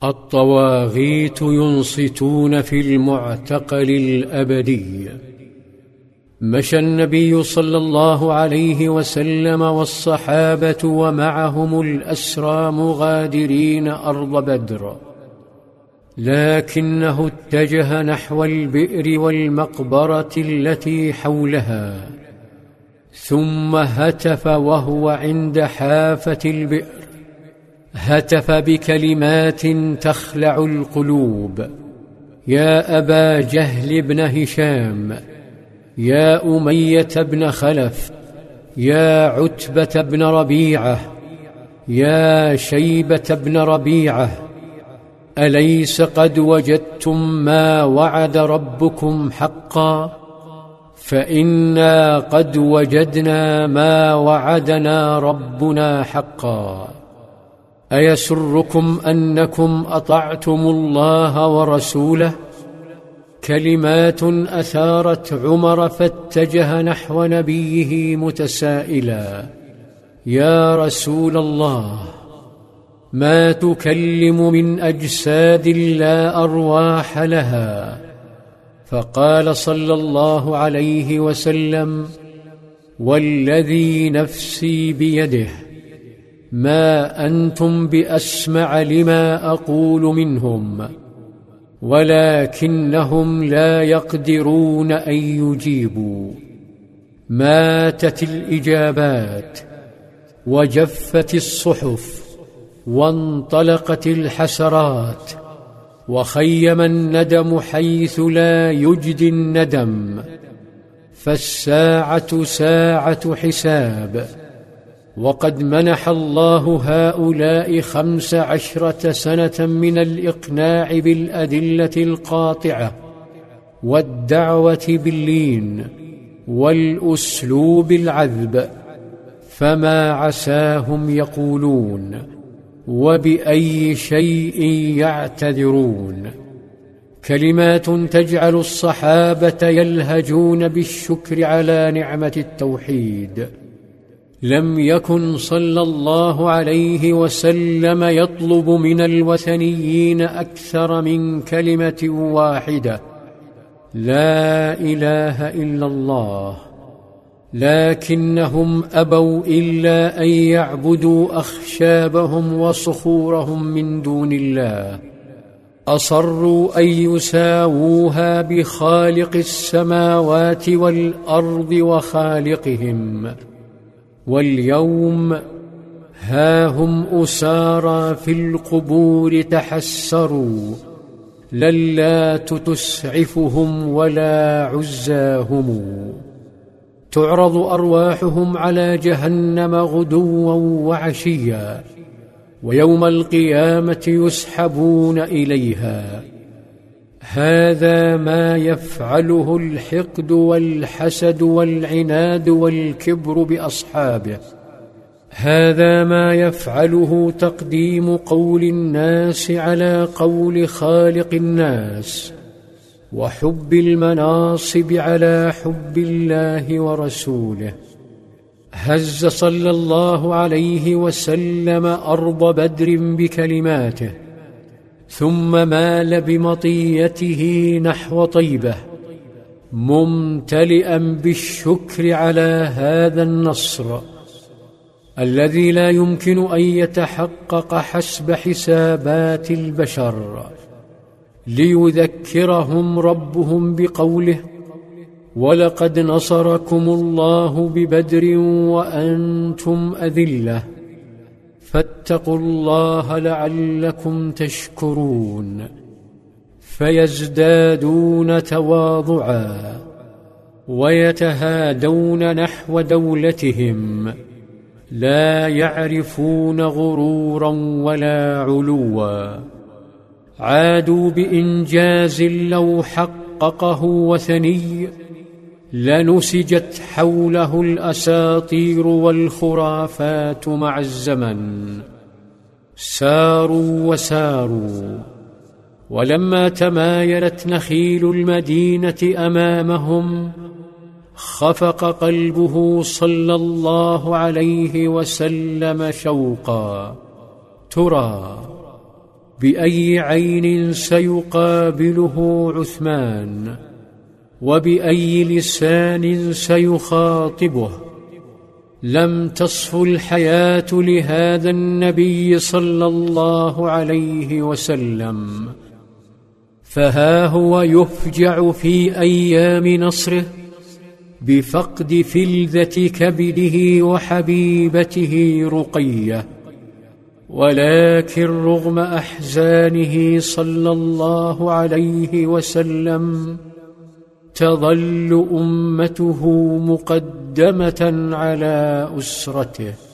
الطواغيت ينصتون في المعتقل الأبدي. مشى النبي صلى الله عليه وسلم والصحابة ومعهم الأسرى مغادرين أرض بدر، لكنه اتجه نحو البئر والمقبرة التي حولها، ثم هتف وهو عند حافة البئر، هتف بكلمات تخلع القلوب: يا أبا جهل بن هشام، يا أمية بن خلف، يا عتبة بن ربيعة، يا شيبة بن ربيعة، أليس قد وجدتم ما وعد ربكم حقا؟ فإنا قد وجدنا ما وعدنا ربنا حقا. أيسركم أنكم أطعتم الله ورسوله؟ كلمات أثارت عمر فاتجه نحو نبيه متسائلا: يا رسول الله، ما تكلم من أجساد لا أرواح لها؟ فقال صلى الله عليه وسلم: والذي نفسي بيده، ما أنتم بأسمع لما أقول منهم، ولكنهم لا يقدرون أن يجيبوا. ماتت الإجابات، وجفت الصحف، وانطلقت الحسرات، وخيم الندم حيث لا يجدي الندم، فالساعة ساعة حساب. وقد منح الله هؤلاء 15 سنة من الإقناع بالأدلة القاطعة، والدعوة باللين، والأسلوب العذب، فما عساهم يقولون وبأي شيء يعتذرون. كلمات تجعل الصحابة يلهجون بالشكر على نعمة التوحيد. لم يكن صلى الله عليه وسلم يطلب من الوثنيين أكثر من كلمة واحدة: لا إله إلا الله، لكنهم أبوا إلا أن يعبدوا أخشابهم وصخورهم من دون الله، أصروا أن يساووها بخالق السماوات والأرض وخالقهم. واليوم ها هم أسارى في القبور تحسروا، للات تسعفهم ولا عزاهم. تعرض أرواحهم على جهنم غدوا وعشيا، ويوم القيامة يسحبون إليها. هذا ما يفعله الحقد والحسد والعناد والكبر بأصحابه، هذا ما يفعله تقديم قول الناس على قول خالق الناس، وحب المناصب على حب الله ورسوله. هز صلى الله عليه وسلم أرض بدر بكلماته، ثم مال بمطيته نحو طيبة، ممتلئا بالشكر على هذا النصر الذي لا يمكن أن يتحقق حسب حسابات البشر، ليذكرهم ربهم بقوله: ولقد نصركم الله ببدر وأنتم أذلة، فاتقوا الله لعلكم تشكرون. فيزدادون تواضعا ويتهادون نحو دولتهم، لا يعرفون غرورا ولا علوا. عادوا بإنجاز لو حققه وثني لنسجت حوله الأساطير والخرافات مع الزمن. ساروا وساروا، ولما تمايلت نخيل المدينة أمامهم خفق قلبه صلى الله عليه وسلم شوقا: ترى بأي عين سيقابله عثمان، وبأي لسان سيخاطبه. لم تصفو الحياة لهذا النبي صلى الله عليه وسلم، فها هو يفجع في أيام نصره بفقد فلذة كبده وحبيبته رقية. ولكن رغم أحزانه صلى الله عليه وسلم تظل أمته مقدمة على أسرته.